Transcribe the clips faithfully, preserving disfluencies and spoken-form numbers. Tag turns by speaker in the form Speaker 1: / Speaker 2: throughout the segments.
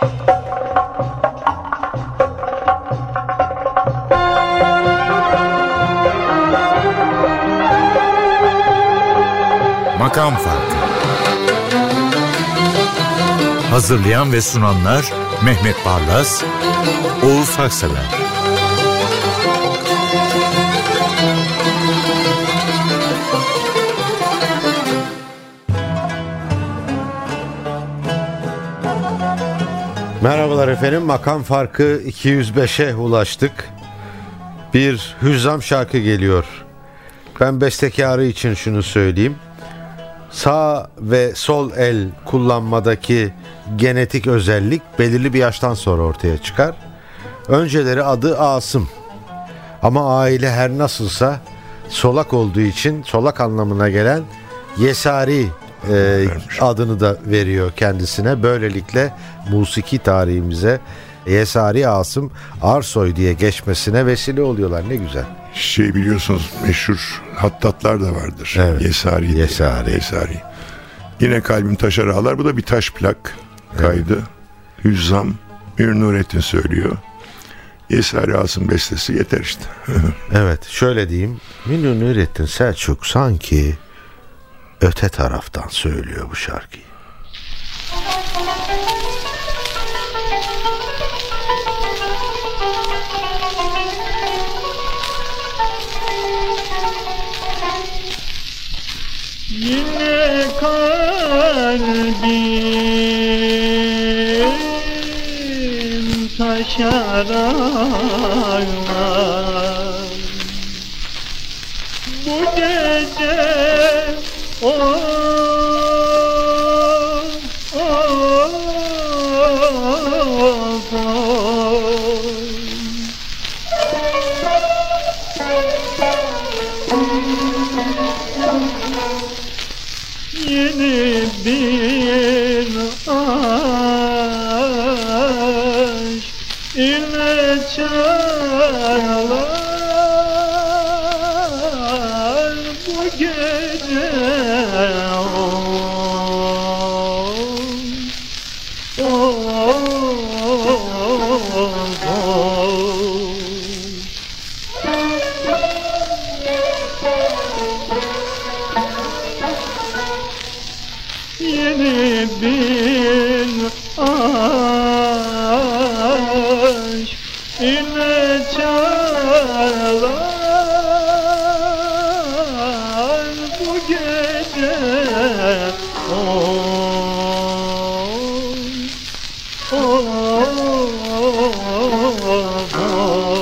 Speaker 1: Makam Farkı. Hazırlayan ve sunanlar Mehmet Barlas, Oğuz Haksever.
Speaker 2: Merhabalar efendim, Makam Farkı iki yüz beşe ulaştık. Bir hüzzam şarkı geliyor. Ben bestekarı için şunu söyleyeyim. Sağ ve sol el kullanmadaki genetik özellik belirli bir yaştan sonra ortaya çıkar. Önceleri adı Asım. Ama aile her nasılsa solak olduğu için solak anlamına gelen Yesari e, adını da veriyor kendisine. Böylelikle musiki tarihimize Yesari Asım Arsoy diye geçmesine vesile oluyorlar. Ne güzel.
Speaker 3: Şey biliyorsunuz, meşhur hattatlar da vardır.
Speaker 2: Evet.
Speaker 3: Yesari.
Speaker 2: Yesari.
Speaker 3: Yesari. Yine Kalbim Taşar Ağlar. Bu da bir taş plak kaydı. Evet. Hüzzam Münir Nurettin söylüyor. Yesari Asım bestesi yeter işte.
Speaker 2: Evet, şöyle diyeyim. Münir Nurettin Selçuk sanki öte taraftan söylüyor bu şarkıyı.
Speaker 4: Yine kalbim taşar ağlar, bu gece o o yeni bir aşk ile çağlar bu gece oh, oh, oh. Yeni bir aşk ile çağlar bu gece oh, oh, oh, oh.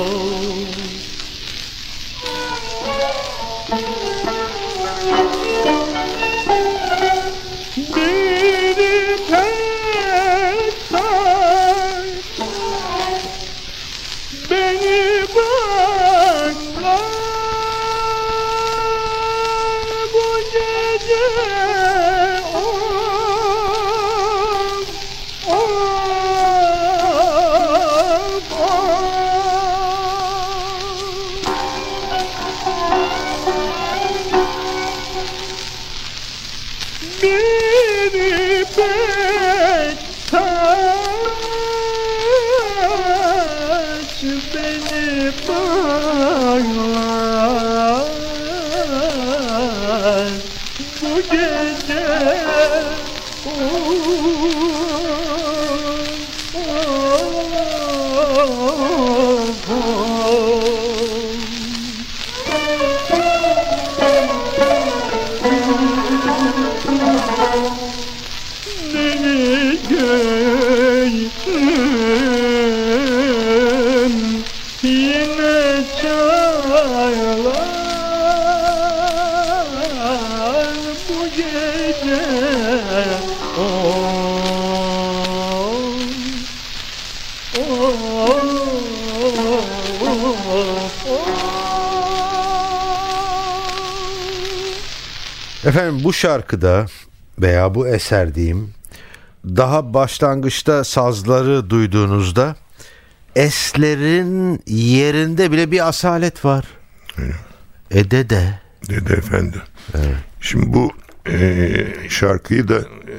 Speaker 2: Efendim, bu şarkıda veya bu eser diyeyim, daha başlangıçta sazları duyduğunuzda eslerin yerinde bile bir asalet var.
Speaker 3: Evet.
Speaker 2: E dede.
Speaker 3: Dede efendi.
Speaker 2: Evet.
Speaker 3: Şimdi bu e, şarkıyı da e,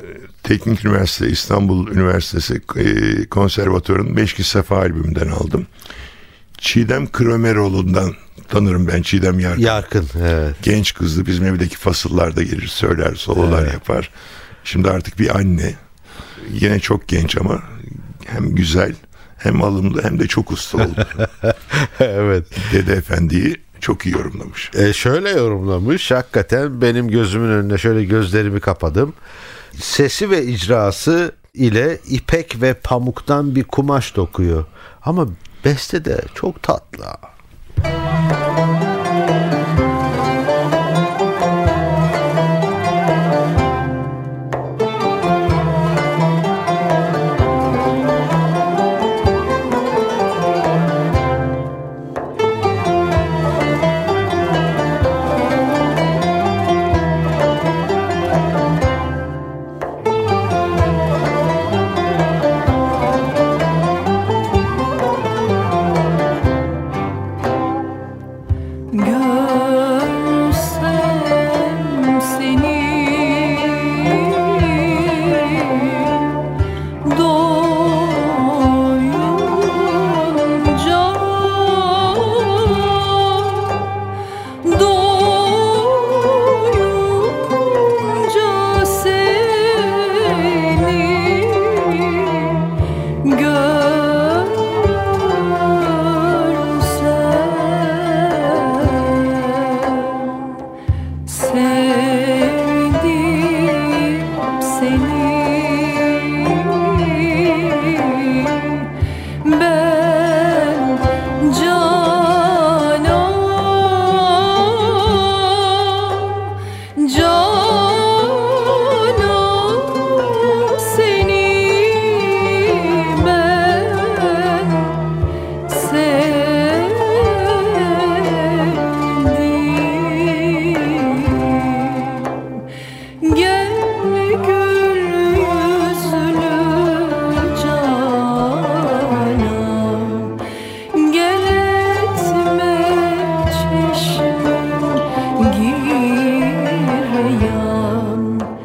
Speaker 3: Teknik Üniversite İstanbul Üniversitesi e, Konservatuvarı'nın Meşki Safa albümünden aldım. Çiğdem Krömeroğlu'ndan tanırım ben Çiğdem Yarkın.
Speaker 2: Yarkın, evet.
Speaker 3: Genç kızdı, bizim evdeki fasıllarda gelir, söyler, sololar
Speaker 2: Evet.
Speaker 3: yapar. Şimdi artık bir anne. Yine çok genç ama hem güzel, hem alımlı, hem de çok usta oldu.
Speaker 2: Evet.
Speaker 3: Dede Efendi'yi çok iyi yorumlamış.
Speaker 2: E şöyle yorumlamış. Hakikaten benim gözümün önüne şöyle gözlerimi kapadım. Sesi ve icrası ile ipek ve pamuktan bir kumaş dokuyor. Ama beste de çok tatlı.
Speaker 5: Görsem seni doyunca, doyunca seni sevdim seni ben cana, cana seni ben sevdim. Gel gül yüzlü canım, gel etme çeşmin giryan,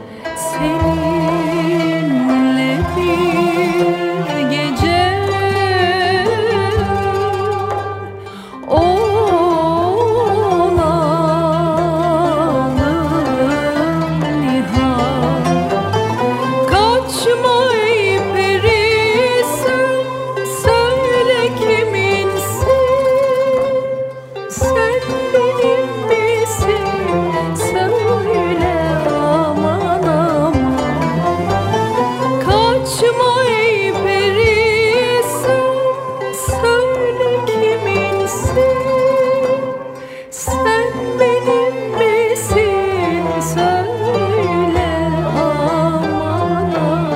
Speaker 5: seninle bir gece olalım nihal. Kaçma ey peri sen, söyle kiminsin? Sen benim misin? Söyle aman aman. Kaçma ey peri sen, söyle kiminsin? Sen benim misin? Söyle aman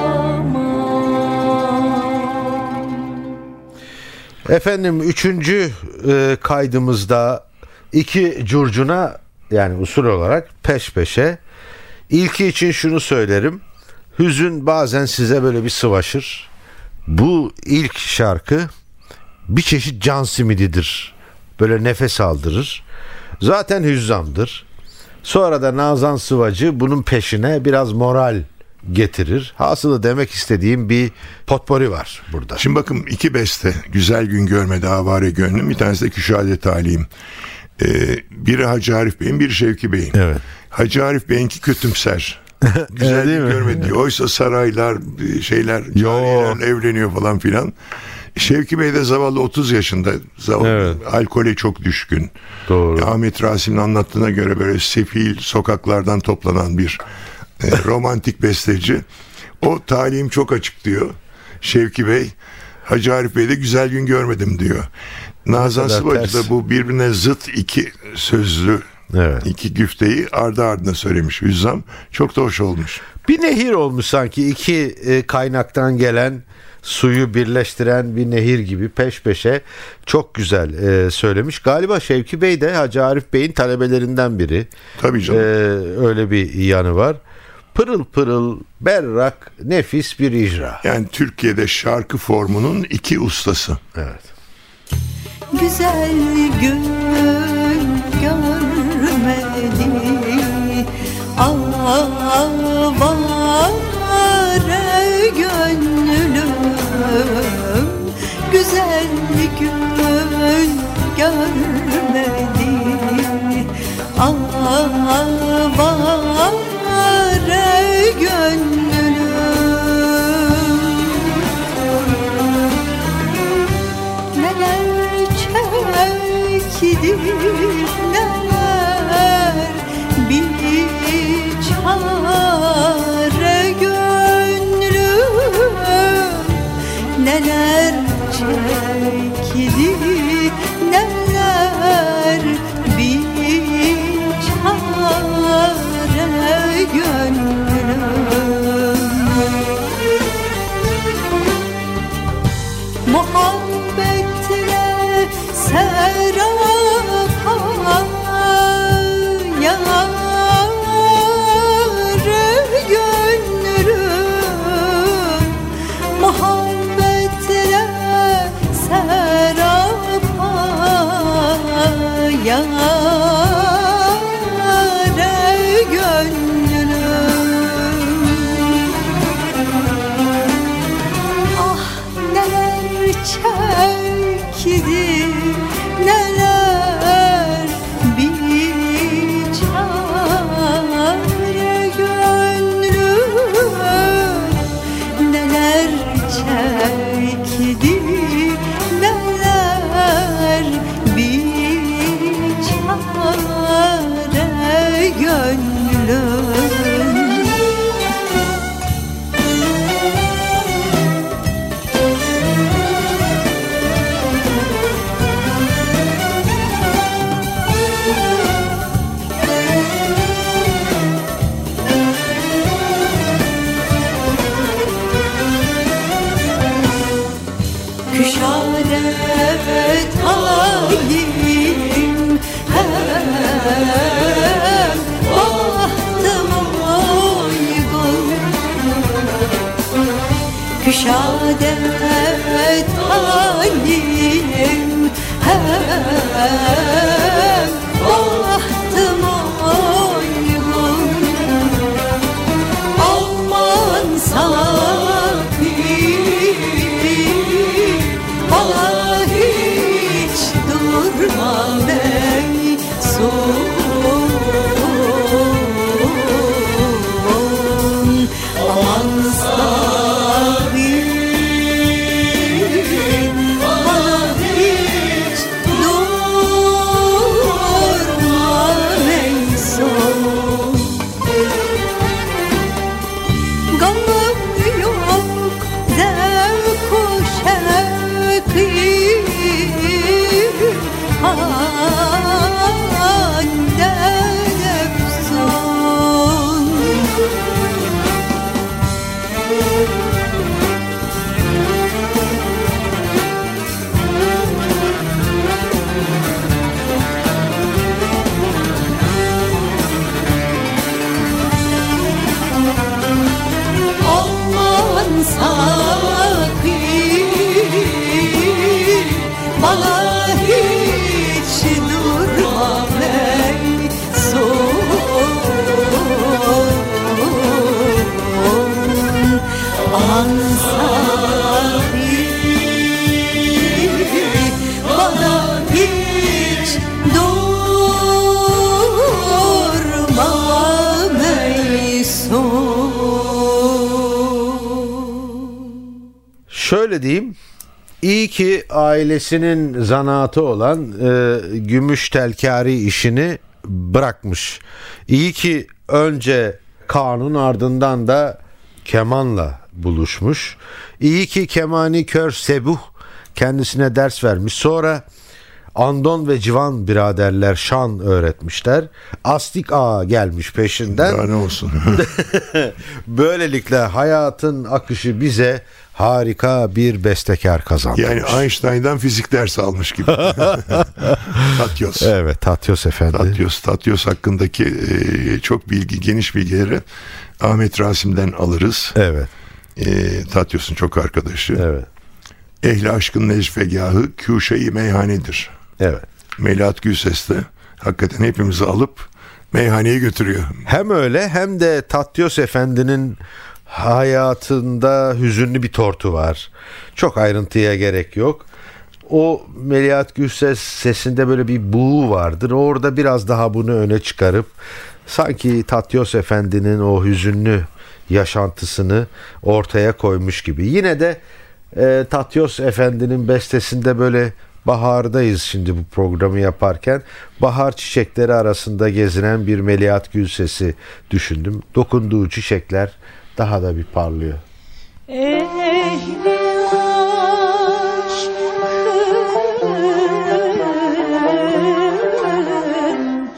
Speaker 5: aman.
Speaker 2: Efendim üçüncü e, kaydımızda iki curcuna, yani usul olarak peş peşe. İlki için şunu söylerim. Hüzün bazen size böyle bir sıvaşır. Bu ilk şarkı bir çeşit can simididir. Böyle nefes aldırır. Zaten hüzzamdır. Sonra da Nazan Sıvacı bunun peşine biraz moral getirir. Hasılı demek istediğim bir potpori var burada.
Speaker 3: Şimdi bakın iki beste. Güzel gün görmedi avare gönlüm. Bir tanesi de Küşade Talihim. Ee, biri Hacı Arif Bey'in, biri Şevki Bey'in.
Speaker 2: Evet.
Speaker 3: Hacı Arif Bey'inki kötümser. Güzel
Speaker 2: Evet, değil
Speaker 3: gün
Speaker 2: mi?
Speaker 3: görmedi diyor. Oysa saraylar, şeyler, cariyeler evleniyor falan filan. Şevki Bey de zavallı otuz yaşında. Zavallı,
Speaker 2: Evet.
Speaker 3: alkole çok düşkün.
Speaker 2: Doğru.
Speaker 3: Ahmet Rasim'in anlattığına göre böyle sefil sokaklardan toplanan bir e, romantik besteci. O talihim çok açık diyor Şevki Bey. Hacı Arif Bey de güzel gün görmedim diyor. Nazan
Speaker 2: kadar
Speaker 3: Sıvacı
Speaker 2: ters.
Speaker 3: da bu birbirine zıt iki sözlü,
Speaker 2: Evet.
Speaker 3: iki güfteyi ardı ardına söylemiş Hüzzam. Çok da hoş olmuş.
Speaker 2: Bir nehir olmuş sanki, iki e, kaynaktan gelen suyu birleştiren bir nehir gibi peş peşe çok güzel e, söylemiş. Galiba Şevki Bey de Hacı Arif Bey'in talebelerinden biri.
Speaker 3: Tabii
Speaker 2: E,
Speaker 3: canım.
Speaker 2: öyle bir yanı var. Pırıl pırıl, berrak, nefis bir icra.
Speaker 3: Yani Türkiye'de şarkı formunun iki ustası.
Speaker 2: Evet.
Speaker 5: Güzel gün görmedi avare gönlüm güzel gün görmedi. Avare gönlüm neler çekti, neler bir çare gönlüm, neler çekti, neler bir çare gönlüm. Muhabbetle serapa yâre gönlüm, muhabbetle serapa yâre gönlüm. Ah neler çekti, neler bir çare gönlüm, neler çekti, neler bir çare gönlüm. Küşadet halim hem bahtım uygun. Küşadet halim hem bahtım uygun. Aman safi bana hiç durma meysun. Aman safi bana hiç durma meysun. Gamım yok, zevk-u şevki halden efsun. Aman safi bana hiç durma meysun. Aman safi bana hiç durma meysun.
Speaker 2: Şöyle diyeyim, iyi ki ailesinin zanaatı olan e, gümüş telkari işini bırakmış. İyi ki önce kanun ardından da kemanla buluşmuş. İyi ki kemani kör Sebuh kendisine ders vermiş. Sonra Andon ve Civan biraderler şan öğretmişler. Astik Ağa gelmiş peşinden.
Speaker 3: Daha ne olsun.
Speaker 2: Böylelikle hayatın akışı bize harika bir bestekar kazandırmış.
Speaker 3: Yani Einstein'dan fizik dersi almış gibi. Tatyos.
Speaker 2: Evet, Tatyos efendi.
Speaker 3: Tatyos, Tatyos hakkındaki e, çok bilgi, geniş bilgileri Ahmet Rasim'den alırız.
Speaker 2: Evet.
Speaker 3: E, Tatyos'un çok arkadaşı.
Speaker 2: Evet.
Speaker 3: Ehli aşkın necfegahı küşe-i meyhanedir.
Speaker 2: Evet.
Speaker 3: Melahat Gülses de hakikaten hepimizi alıp meyhaneye götürüyor.
Speaker 2: Hem öyle hem de Tatyos efendinin hayatında hüzünlü bir tortu var. Çok ayrıntıya gerek yok. O Melihat Gülses sesinde böyle bir buğu vardır. Orada biraz daha bunu öne çıkarıp sanki Tatyos Efendi'nin o hüzünlü yaşantısını ortaya koymuş gibi. Yine de e, Tatyos Efendi'nin bestesinde böyle bahardayız şimdi bu programı yaparken. Bahar çiçekleri arasında gezinen bir Melihat Gülses'i düşündüm. Dokunduğu çiçekler daha da bir parlıyor.
Speaker 5: Ehli aşkın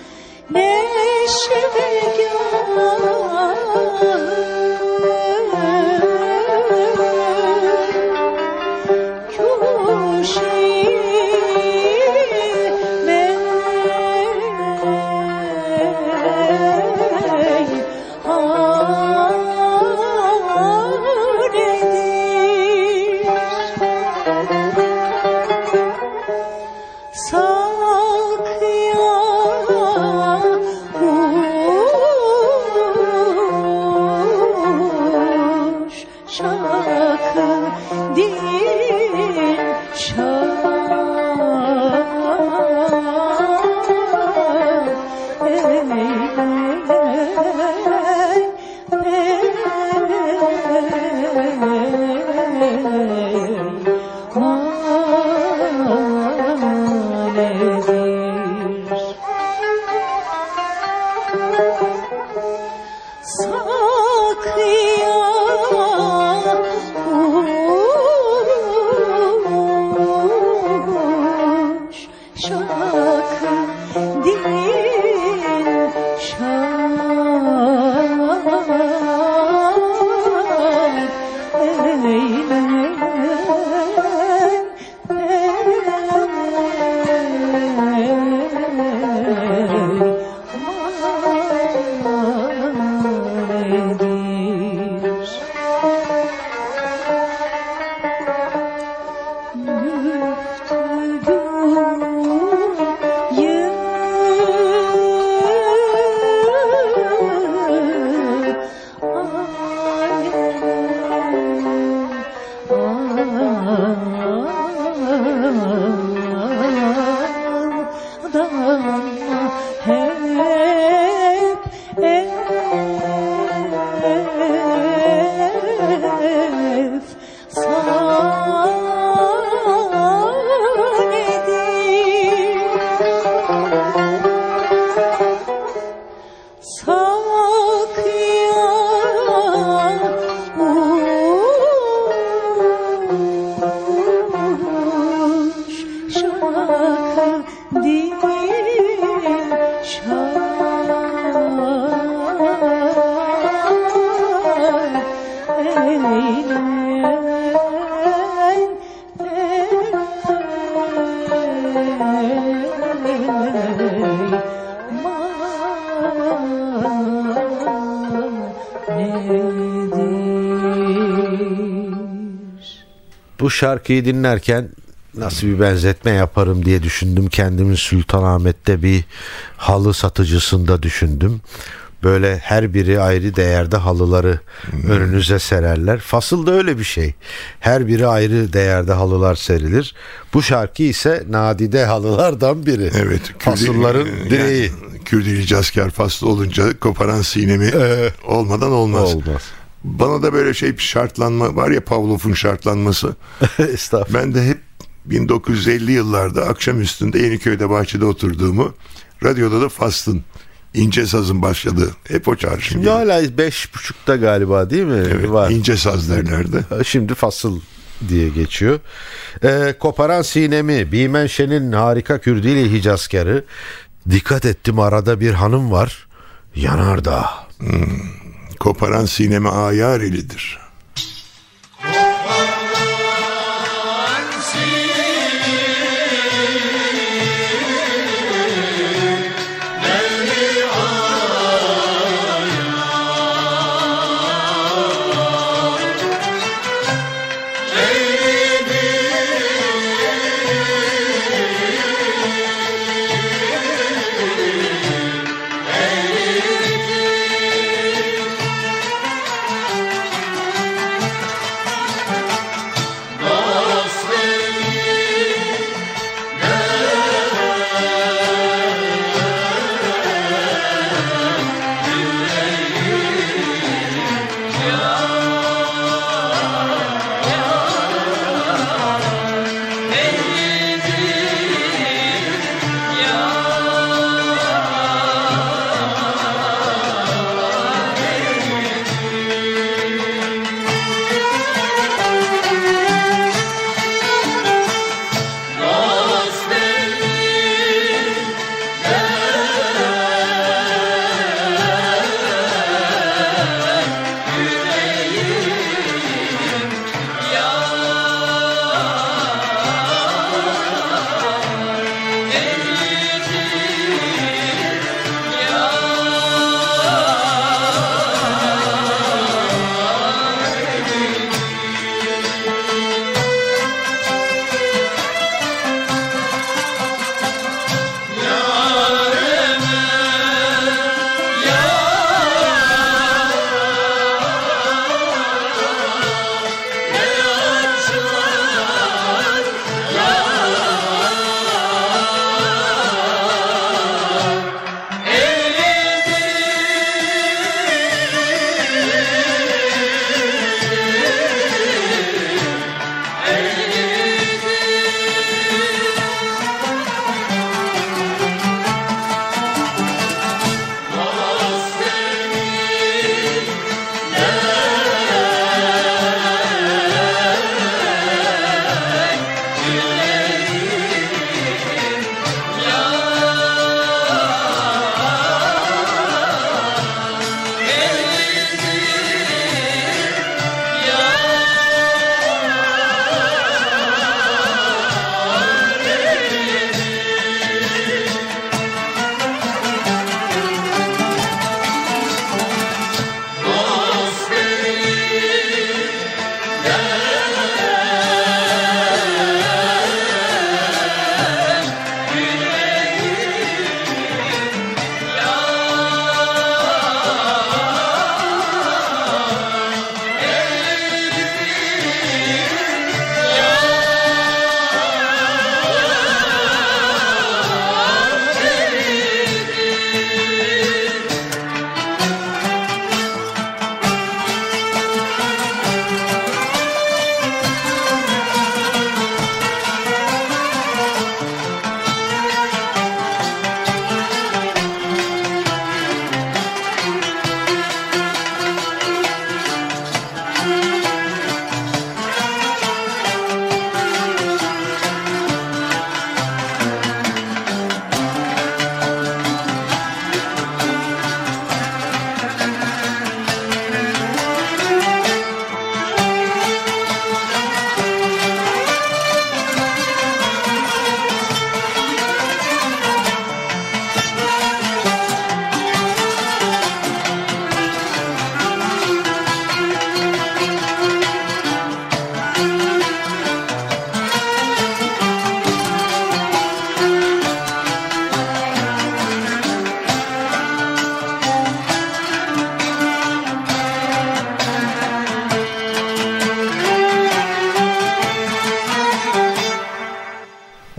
Speaker 2: Bu şarkıyı dinlerken nasıl bir benzetme yaparım diye düşündüm. Kendimi Sultanahmet'te bir halı satıcısında düşündüm. Böyle her biri ayrı değerde halıları hmm. önünüze sererler. Fasıl da öyle bir şey. Her biri ayrı değerde halılar serilir. Bu şarkı ise nadide halılardan biri.
Speaker 3: Evet.
Speaker 2: Fasılların
Speaker 3: Kürdi,
Speaker 2: direği.
Speaker 3: Yani, Kürdili Cazkar faslı olunca koparan sinemi ee, olmadan olmaz.
Speaker 2: Olmaz.
Speaker 3: Bana da böyle şey bir şartlanma var ya, Pavlov'un şartlanması.
Speaker 2: Estağfurullah.
Speaker 3: Ben de hep bin dokuz yüz elli yıllarda akşam üstünde Yeniköy'de bahçede oturduğumu, radyoda da Faslın, İnce Saz'ın başladığı hep o çağrışım.
Speaker 2: Şimdi gibi. Hala beş buçukta galiba değil mi?
Speaker 3: Evet, var. İnce Saz derlerdi.
Speaker 2: Şimdi Fasıl diye geçiyor. Ee, Koparan Sinemi, Bimenşe'nin harika Kürdili Hicazkarı. Dikkat ettim, arada bir hanım var. Yanardağ.
Speaker 3: Hmm. Koparan sinemi ayar elidir.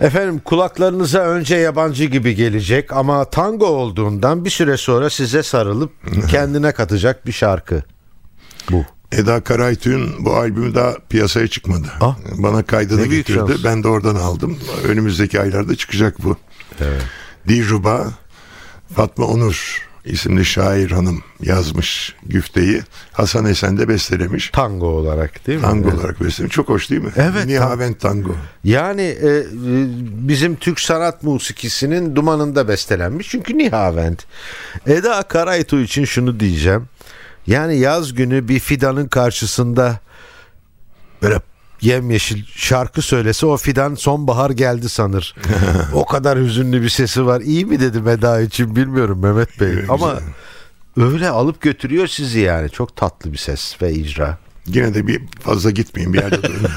Speaker 2: Efendim, kulaklarınıza önce yabancı gibi gelecek ama tango olduğundan bir süre sonra size sarılıp kendine katacak bir şarkı bu.
Speaker 3: Eda Karaytürk'ün bu albümü daha piyasaya çıkmadı.
Speaker 2: Ah,
Speaker 3: bana kaydını getirdi.
Speaker 2: Şans.
Speaker 3: Ben de oradan aldım. Önümüzdeki aylarda çıkacak bu.
Speaker 2: Evet.
Speaker 3: Dilruba Fatma Onur isimli şair hanım yazmış güfteyi. Hasan Esen de bestelemiş.
Speaker 2: Tango olarak değil mi?
Speaker 3: Tango
Speaker 2: Evet.
Speaker 3: olarak bestelemiş. Çok hoş değil mi?
Speaker 2: Evet.
Speaker 3: Nihavent tango.
Speaker 2: Yani e, e, bizim Türk sanat musikisinin dumanında bestelenmiş. Çünkü Nihavent. Eda Karaytu için şunu diyeceğim. Yani yaz günü bir fidanın karşısında böyle yemyeşil şarkı söylese o fidan sonbahar geldi sanır. O kadar hüzünlü bir sesi var. İyi mi dedim Eda için bilmiyorum Mehmet Bey.
Speaker 3: Evet,
Speaker 2: ama
Speaker 3: güzel.
Speaker 2: öyle alıp götürüyor sizi yani. Çok tatlı bir ses ve icra.
Speaker 3: Yine de bir fazla gitmeyin, bir yerde durun.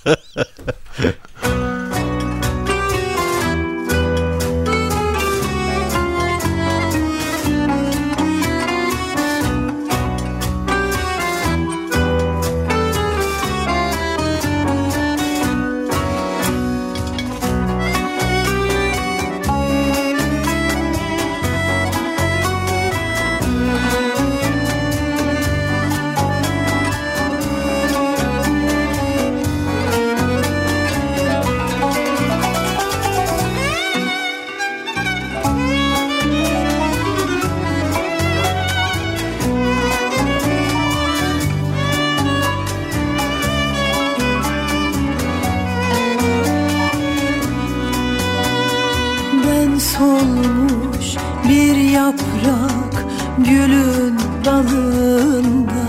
Speaker 5: Solmuş bir yaprak gülün dalında,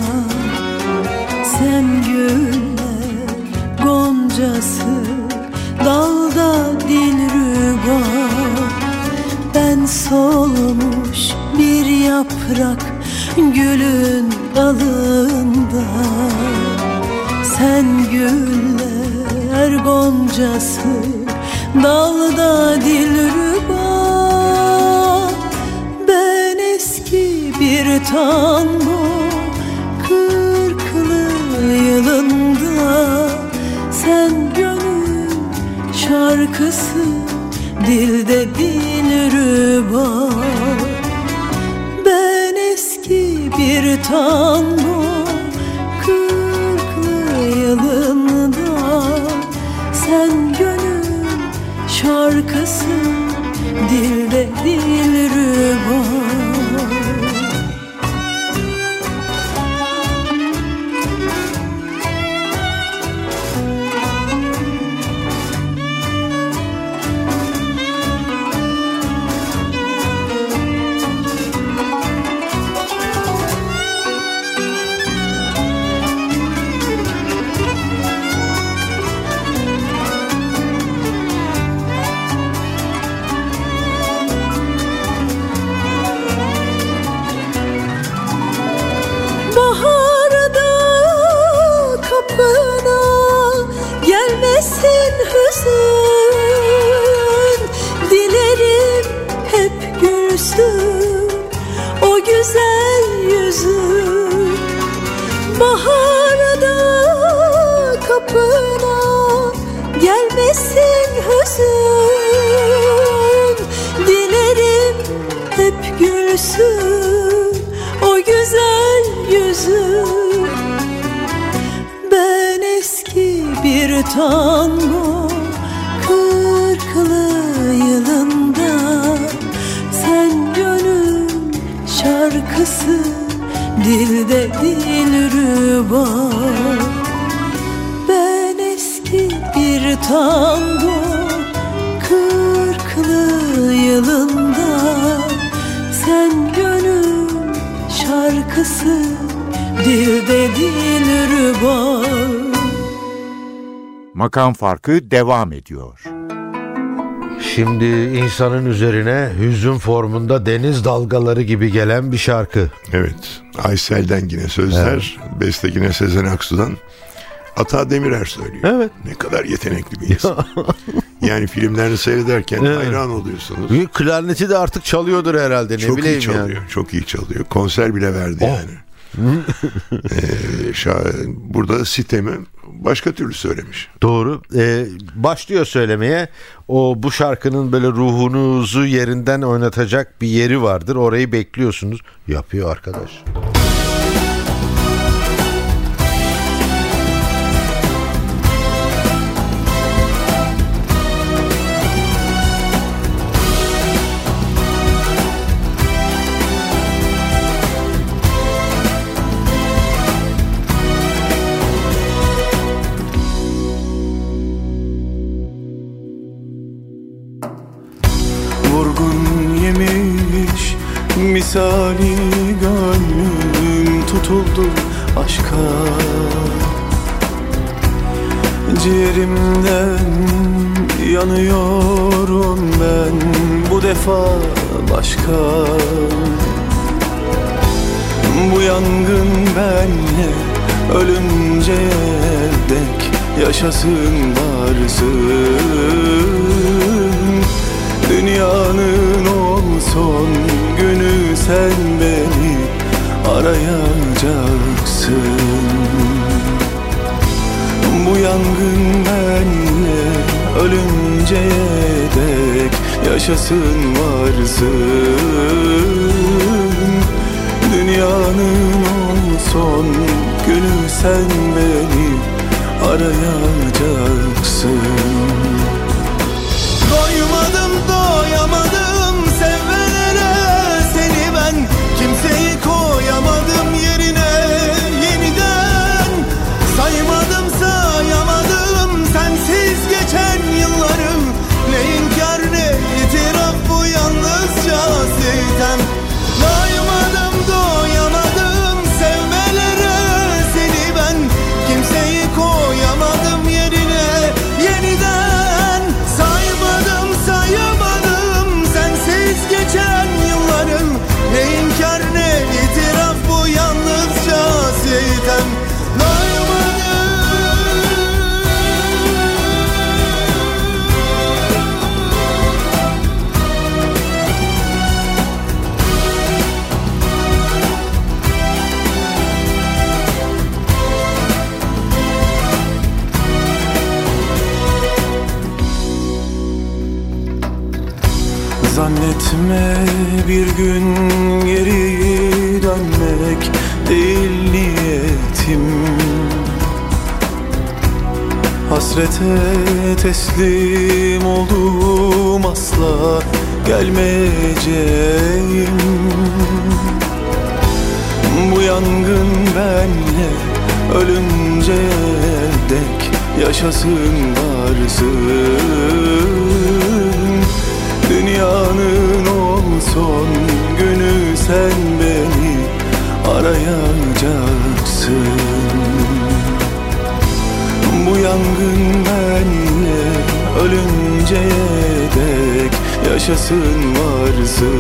Speaker 5: sen güller goncası dalda dilruba. Ben solmuş bir yaprak gülün dalında, sen güller goncası dalda dilruba. Ben eski bir tango kırklı yılında, sen gönül şarkısı dilde dilruba. Ben eski bir tango kırklı yılında, sen gönül şarkısı dilde dilruba. Gelmesin hüzün, dilerim hep gülsün o güzel yüzün. Baharda kapına gelmesin hüzün, dilerim hep gülsün o güzel yüzün. Ben eski bir tango kırklı yılında, sen gönül şarkısı dilde dilruba. Ben eski bir tango kırklı yılında, sen gönül şarkısı dilde dilruba.
Speaker 1: Makam Farkı devam ediyor.
Speaker 2: Şimdi insanın üzerine hüzün formunda deniz dalgaları gibi gelen bir şarkı.
Speaker 3: Evet. Aysel'den yine sözler, evet. Beste yine Sezen Aksu'dan. Ata Demirer söylüyor. Evet. Ne kadar yetenekli bir insan. Yani filmlerini seyrederken evet. hayran oluyorsunuz.
Speaker 2: Büyük klarneti de artık çalıyordur herhalde. Ne
Speaker 3: çok
Speaker 2: bileyim
Speaker 3: iyi çalıyor. Yani. Çok iyi çalıyor. Konser bile verdi oh. yani. ee, şa- burada sitemi başka türlü söylemiş.
Speaker 2: Doğru. Ee, başlıyor söylemeye. O bu şarkının böyle ruhunuzu yerinden oynatacak bir yeri vardır. Orayı bekliyorsunuz. Yapıyor arkadaş.
Speaker 6: Misali gönlüm tutuldu aşka, ciğerimden yanıyorum ben bu defa başka. Bu yangın benle ölünceye dek yaşasın varsın. Dünyanın o son günü sen beni arayacaksın. Bu yangın benle ölünceye dek yaşasın varsın. Dünyanın o son günü sen beni arayacaksın. Doymadım doyamadım sevmelere seni ben, kimseyi koyamadım yerine yeniden. Saymadım sayamadım sensiz geçen yıllarım, ne inkar ne itiraf bu yalnızca sitem. Doymadım doyamadım sevmelere seni ben, kimseyi koyamadım yerine yeniden. Saymadım sayamadım sensiz geçen yıllarım, ne inkar ne itiraf bu yalnızca sitem. Zannetme bir gün geri dönmek değil niyetim. Hasrete teslim oldum, asla gelmeyeceğim. Bu yangın benle ölünceye dek yaşasın varsın. Dünyanın o son günü sen beni arayacaksın. Bu yangın benle ölünceye dek yaşasın varsın.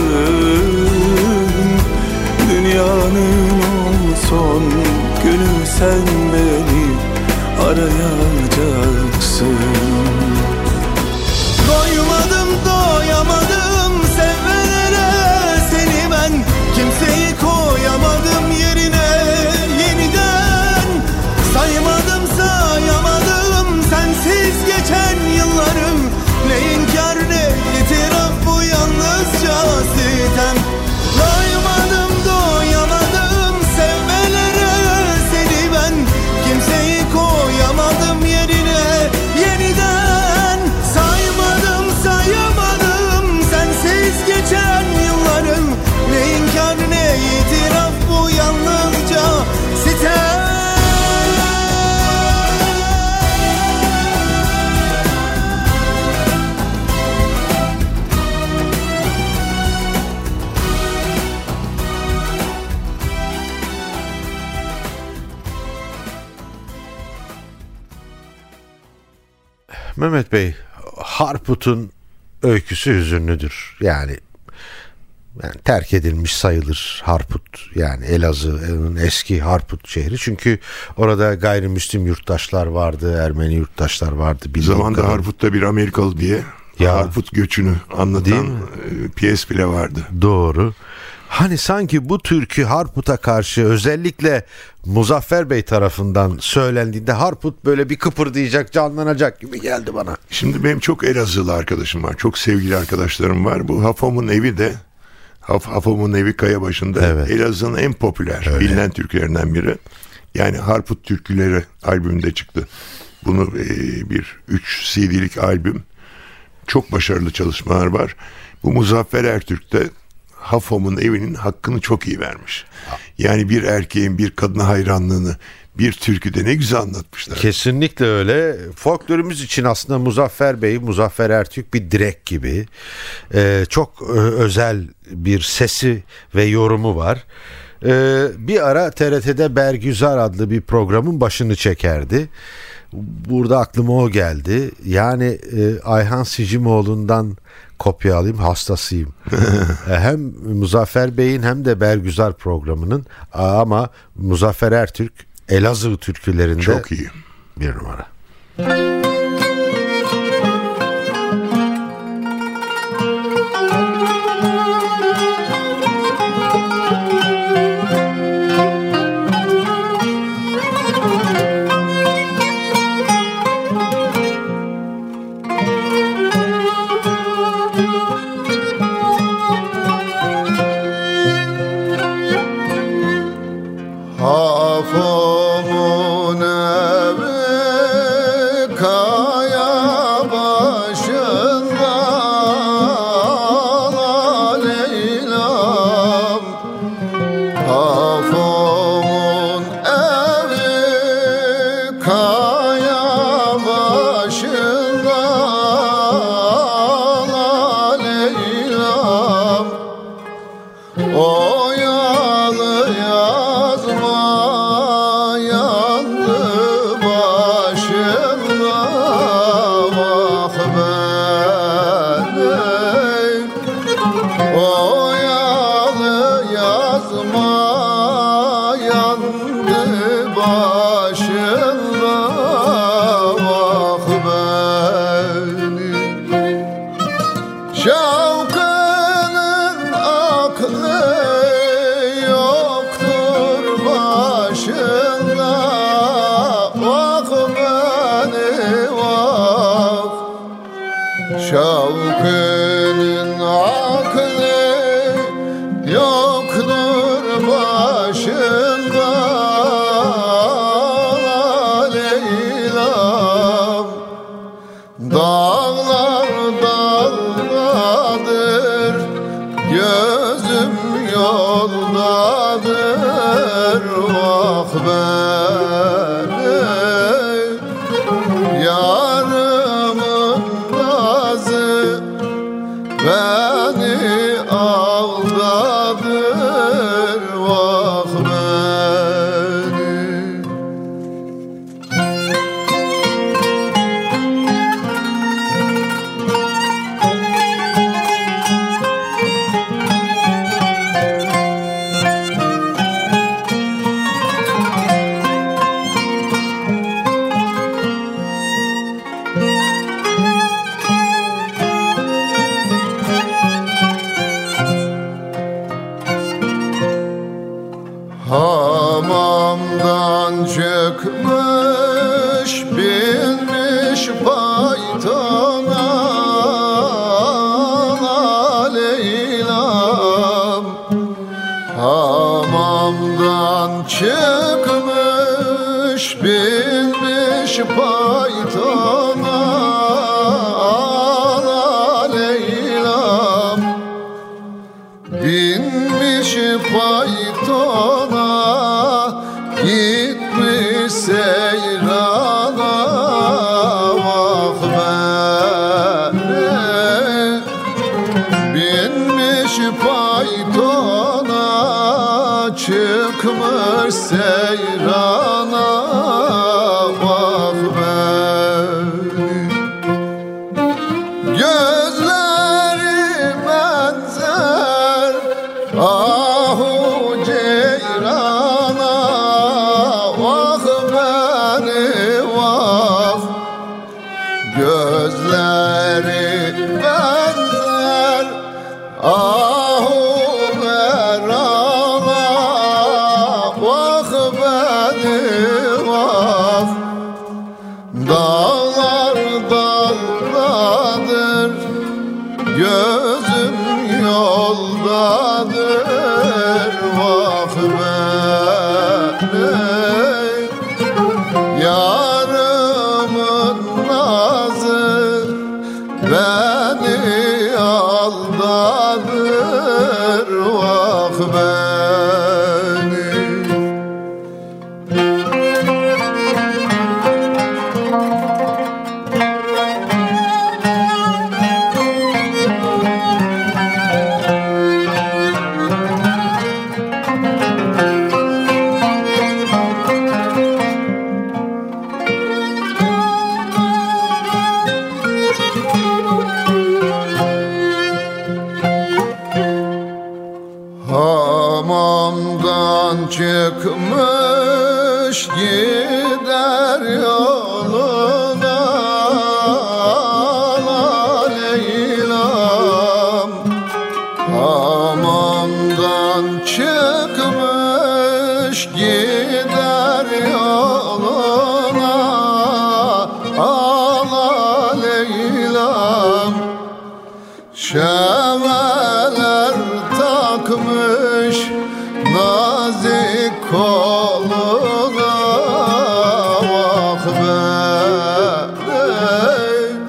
Speaker 6: Dünyanın o son günü sen beni arayacaksın. Doymadım doyamadım sevmelere seni ben, kimseyi koyamadım yerine yeniden. Saymadım sayamadım sensiz geçen yıllarım, ne inkar ne itiraf bu yalnızca sitem. Doymadım doyamadım sevmelere seni ben, kimseyi koyamadım yerine yeniden. Saymadım sayamadım sensiz geçen yıllarım, ne inkar ne itiraf bu yalnızca sitem.
Speaker 2: Mehmet Bey, Harput'un öyküsü hüzünlüdür. Yani, yani terk edilmiş sayılır Harput. Yani Elazığ'ın eski Harput şehri. Çünkü orada gayrimüslim yurttaşlar vardı, Ermeni yurttaşlar vardı.
Speaker 3: Zamanında Harput'ta bir Amerikalı diye
Speaker 2: ya,
Speaker 3: Harput göçünü anlatan piyes bile vardı.
Speaker 2: Doğru. Hani sanki bu türkü Harput'a karşı özellikle Muzaffer Bey tarafından söylendiğinde Harput böyle bir kıpırdayacak, canlanacak gibi geldi bana.
Speaker 3: Şimdi benim çok Elazığlı arkadaşım var. Çok sevgili arkadaşlarım var. Bu Hafom'un evi de Haf Hafom'un evi Kayabaşı'nda. Evet. Elazığ'ın en popüler, öyle, bilinen türkülerinden biri. Yani Harput Türküleri albümünde çıktı. Bunu e, bir üç C D'lik albüm. Çok başarılı çalışmalar var. Bu Muzaffer Ertürk de Hafom'un evinin hakkını çok iyi vermiş. Yani bir erkeğin bir kadına hayranlığını bir türküde ne güzel anlatmışlar.
Speaker 2: Kesinlikle öyle. Folklorumuz için aslında Muzaffer Bey, Muzaffer Ertürk bir direk gibi. Ee, çok e, özel bir sesi ve yorumu var. Ee, bir ara T R T'de Bergüzar adlı bir programın başını çekerdi. Burada aklıma o geldi. Yani e, Ayhan Sicimoğlu'ndan kopya alayım, hastasıyım. Hem Muzaffer Bey'in hem de Bergüzar programının, ama Muzaffer Ertürk Elazığ türkülerinde
Speaker 3: çok iyi.
Speaker 2: Bir numara.
Speaker 7: Hafom'un evi Kayabaşı'nda, Leylam. Hafom'un evi Kayabaşı'nda, Leylam. Oyalı yazma yandı başımda, vah benim. Oyalı yazma yandı başımda, vah benim. Şavkının aklı yoktur başında, vah beni vah. Şavkının aklı yoktur başında, Leylam. Dağlar dağdadır, gözüm yoldadır, vah benim. Yarımın nazı beni aldadır, vah benim. Hamamdan çıkmış binmiş faytona, Leylam. Hamamdan çıkmış binmiş faytona, Leylam. Binmiş faytona, gitmiş seyrana, vah benim. Binmiş faytona, çıkmış seyrana, vah benim. Gözleri benzer ahu ceyrana, vah beni vah. Gözleri benzer ahu ver gözüm yoldadır. Vah benim yarımın nazı beni aldadır. Vah benim. Hamamdan çıkmış gider yoluna Leylam. Hamamdan çıkmış gider yoluna ala Leylam. Şeveler takmış nazik koluna. Vah benim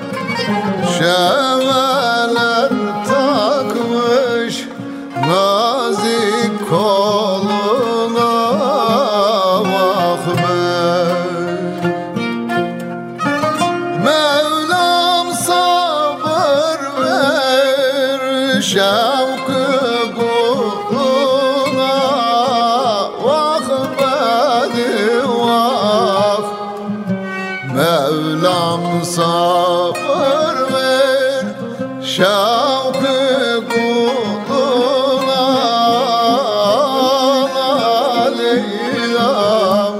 Speaker 7: şeveler takmış nazik koluna. Vah benim Mevlam sabır ver şevkı kuluna. Vah benim vah Mevlam sabır ver şevkı kuluna Leylam.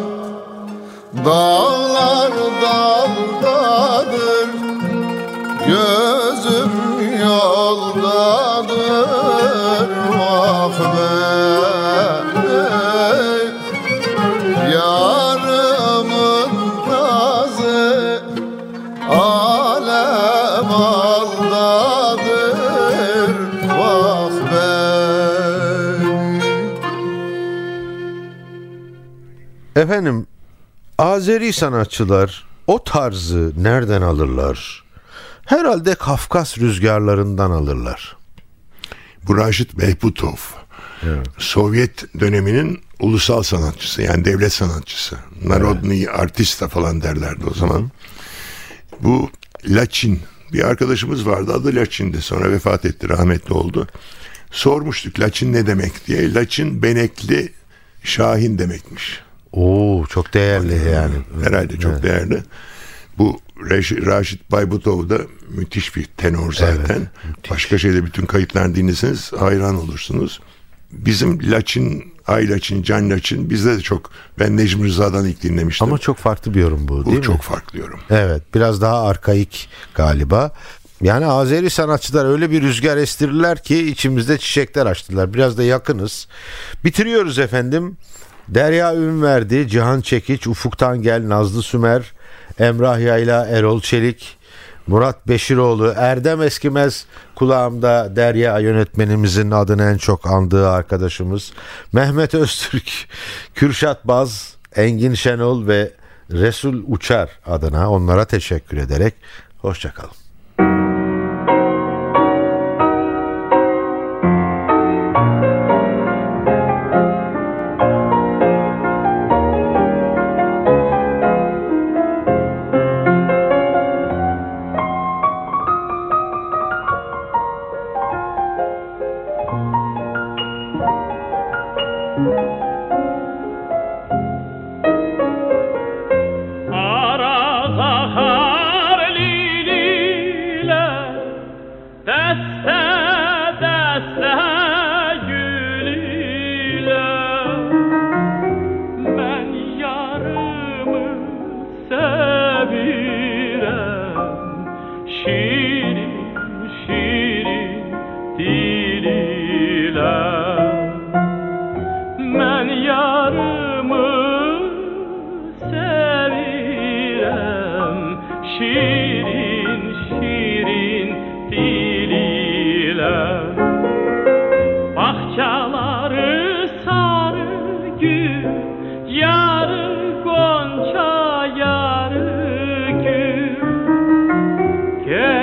Speaker 7: Dağlar daldadır, gözüm yoldadır. Vah benim yarımın nazı alem aldadır. Vah benim.
Speaker 2: Efendim, Azeri sanatçılar o tarzı nereden alırlar? Herhalde Kafkas rüzgarlarından alırlar.
Speaker 3: Bu Raşit Behbutov,
Speaker 2: Evet.
Speaker 3: Sovyet döneminin ulusal sanatçısı, yani devlet sanatçısı. Narodny artista falan derlerdi o zaman. Bu Laçin, bir arkadaşımız vardı, adı Laçin'di, sonra vefat etti, rahmetli oldu. Sormuştuk Laçin ne demek diye. Laçin benekli şahin demekmiş.
Speaker 2: Oo, çok değerli yani.
Speaker 3: Herhalde çok
Speaker 2: Evet.
Speaker 3: değerli. Bu Reş- Raşit Behbutov da müthiş bir tenor zaten.
Speaker 2: Evet, müthiş.
Speaker 3: Başka şeyde bütün kayıtlarını dinleseniz hayran olursunuz. Bizim Laçin, Ay Laçin, Can Laçin bizde de çok. Ben Necmi Rıza'dan ilk dinlemiştim.
Speaker 2: Ama çok farklı bir yorum bu, değil
Speaker 3: bu
Speaker 2: mi?
Speaker 3: çok farklı yorum.
Speaker 2: Evet, biraz daha arkaik galiba. Yani Azeri sanatçılar öyle bir rüzgar estirirler ki içimizde çiçekler açtılar. Biraz da yakınız. Bitiriyoruz efendim. Derya Ünverdi, Cihan Çekiç, Ufuk Tangel, Nazlı Sümer, Emrah Yayla, Erol Çelik, Murat Beşiroğlu, Erdem Eskimez, kulağımda Derya yönetmenimizin adını en çok andığı arkadaşımız, Mehmet Öztürk, Kürşat Baz, Engin Şenol ve Resul Uçar adına onlara teşekkür ederek hoşçakalın.
Speaker 4: Ara zahar lili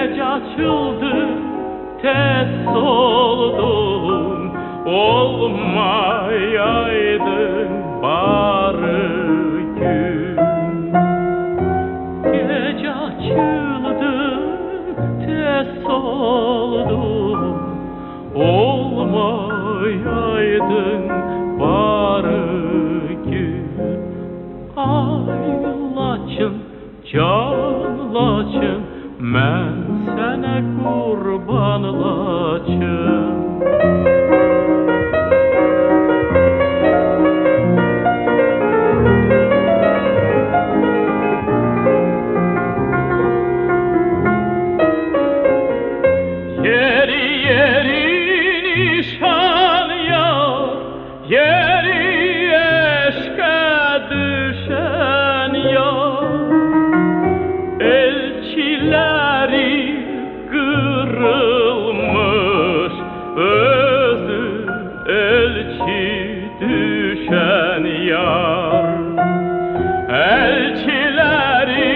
Speaker 4: Gece açıldı, tez oldum, olmayaydın bari gün. Gece açıldı, tez oldum, olmayaydın bari gün. Ay laçın, can laçın, mən sənə qurban laçın. Yeri yeri nişan yar, yeri eşqə düşən yar. Elçiləri kırılmış, özü elçi düşen yar. Elçiləri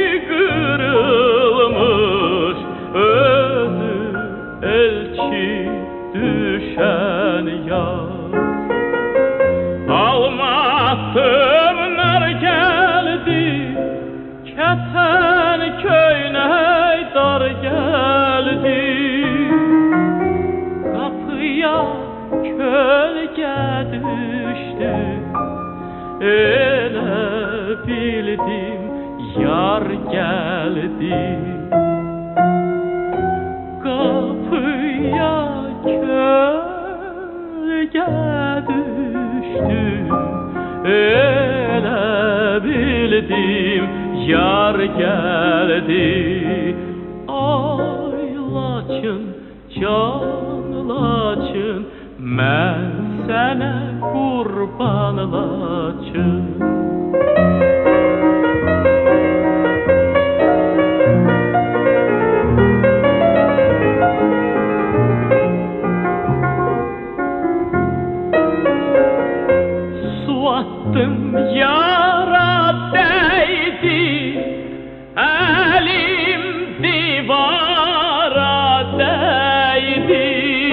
Speaker 4: kırılmış, özü elçi düşen yar. Almatımlar geldi, keten köynək dar geldi. Kapıya kölge düştü, elə bildim yar geldi. Kapıya kölge düştü, elə bildim yar geldi. Ay laçın, can laçın, mən sənə qurban laçın. Su attım yara değdi, elim divara değdi.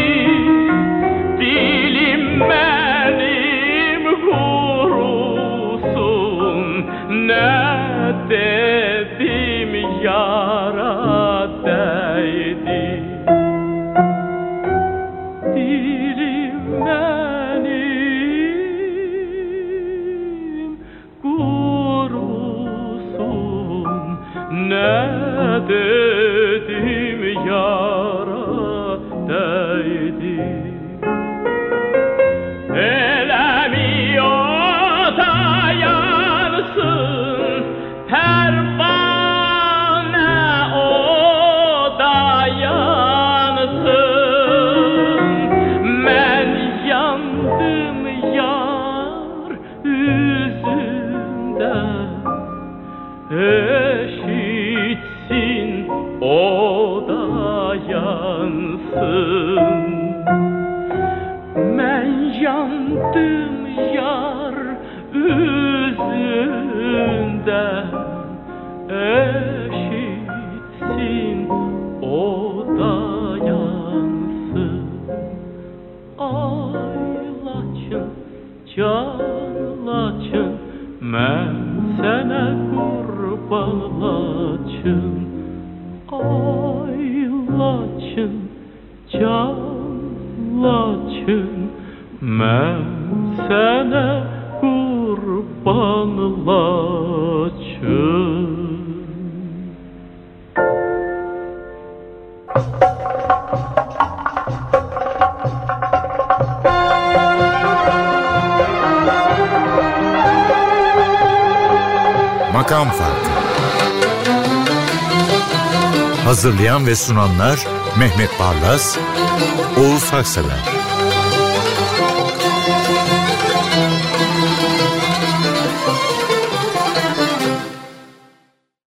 Speaker 4: Dilim benim kurusun, ne dedim yara değdi. Dilim benim kurusun, ne dedim yara değdi. Elemi o dayansın, pervane o dayansın. Men yandım yar yüzünden, eşitsin o dayansın. Men yandım yar yüzünden, eşitsin o dayansın. Ay laçın, can laçın, mən sənə qurban laçın. Ay laçın, can laçın, mən sənə qurban laçın.
Speaker 1: Makam Farkı. Hazırlayan ve sunanlar Mehmet Barlas, Oğuz Haksever.